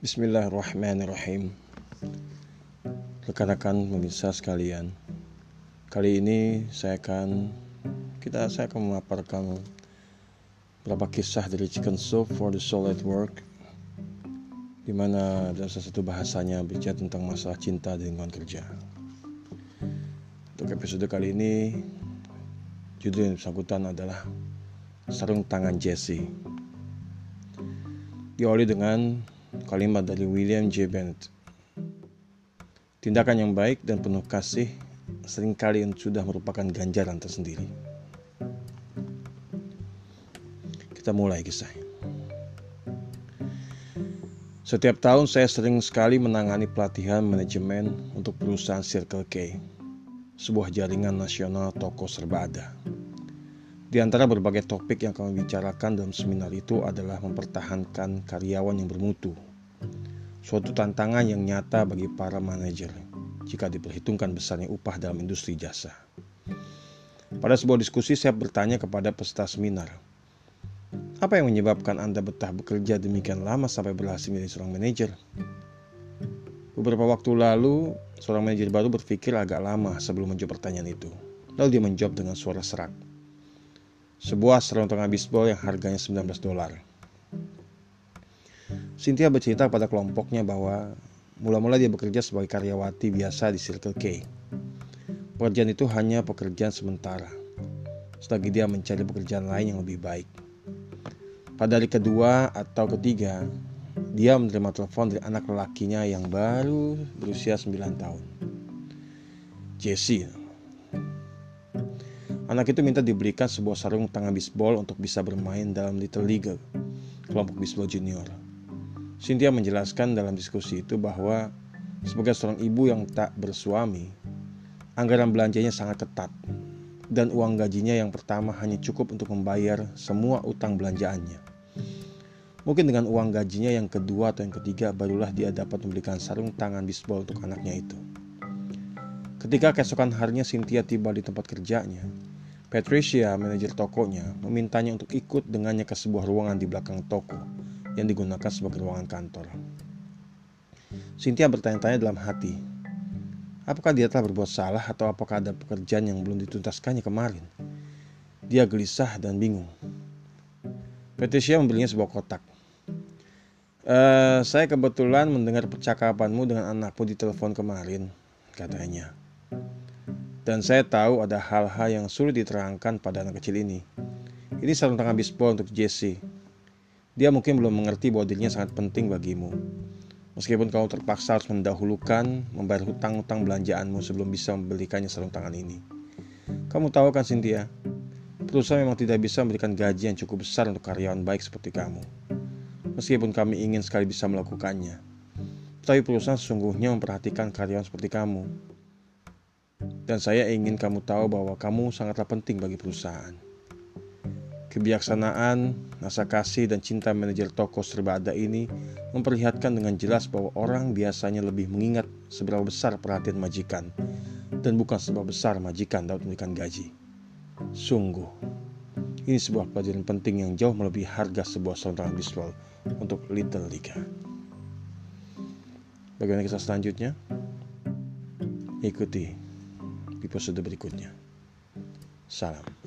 Bismillahirrahmanirrahim. Rekan-rekan pemirsa sekalian, kali ini saya akan memaparkan beberapa kisah dari Chicken Soup for the Soul at Work, di mana dalam salah satu bahasanya bicara tentang masalah cinta di lingkungan kerja. Untuk episode kali ini, judul yang bersangkutan adalah Sarung Tangan Jesse. Diawali dengan kalimat dari William J. Bennett. Tindakan yang baik dan penuh kasih seringkali sudah merupakan ganjaran tersendiri. Kita mulai kisahnya. Setiap tahun saya sering sekali menangani pelatihan manajemen untuk perusahaan Circle K, sebuah jaringan nasional toko serba ada. Di antara berbagai topik yang kami bicarakan dalam seminar itu adalah mempertahankan karyawan yang bermutu, suatu tantangan yang nyata bagi para manajer jika diperhitungkan besarnya upah dalam industri jasa. Pada sebuah diskusi saya bertanya kepada peserta seminar, apa yang menyebabkan Anda betah bekerja demikian lama sampai berhasil menjadi seorang manajer? Beberapa waktu lalu, seorang manajer baru berpikir agak lama sebelum menjawab pertanyaan itu. Lalu dia menjawab dengan suara serak. Sebuah sarung tangan bisbol yang harganya $19. Cynthia bercerita pada kelompoknya bahwa mula-mula dia bekerja sebagai karyawati biasa di Circle K. Pekerjaan itu hanya pekerjaan sementara, selagi dia mencari pekerjaan lain yang lebih baik. Pada hari kedua atau ketiga, dia menerima telepon dari anak lelakinya yang baru berusia 9 tahun. Jesse. Anak itu minta dibelikan sebuah sarung tangan bisbol untuk bisa bermain dalam Little League, kelompok bisbol junior. Cynthia menjelaskan dalam diskusi itu bahwa sebagai seorang ibu yang tak bersuami, anggaran belanjanya sangat ketat, dan uang gajinya yang pertama hanya cukup untuk membayar semua utang belanjaannya. Mungkin dengan uang gajinya yang kedua atau yang ketiga barulah dia dapat membelikan sarung tangan bisbol untuk anaknya itu. Ketika keesokan harinya Cynthia tiba di tempat kerjanya, Patricia, manajer tokonya, memintanya untuk ikut dengannya ke sebuah ruangan di belakang toko yang digunakan sebagai ruangan kantor. Cynthia bertanya-tanya dalam hati, apakah dia telah berbuat salah atau apakah ada pekerjaan yang belum dituntaskannya kemarin? Dia gelisah dan bingung. Patricia memberinya sebuah kotak. Saya kebetulan mendengar percakapanmu dengan anakmu di telepon kemarin, katanya. Dan saya tahu ada hal-hal yang sulit diterangkan pada anak kecil ini. Ini sarung tangan bisbol untuk Jesse. Dia mungkin belum mengerti bahwa dirinya sangat penting bagimu. Meskipun kamu terpaksa harus mendahulukan membayar hutang-hutang belanjaanmu sebelum bisa membelikannya sarung tangan ini. Kamu tahu kan Cynthia, perusahaan memang tidak bisa memberikan gaji yang cukup besar untuk karyawan baik seperti kamu. Meskipun kami ingin sekali bisa melakukannya, tapi perusahaan sesungguhnya memperhatikan karyawan seperti kamu. Dan saya ingin kamu tahu bahwa kamu sangatlah penting bagi perusahaan. Kebijaksanaan, rasa kasih, dan cinta manajer toko serba ada ini memperlihatkan dengan jelas bahwa orang biasanya lebih mengingat seberapa besar perhatian majikan dan bukan seberapa besar majikan dapat memberikan gaji. Sungguh, ini sebuah pelajaran penting yang jauh melebihi harga sebuah sarung tangan bisbol untuk Little League. Bagaimana kisah selanjutnya? Ikuti di episode berikutnya. Salam.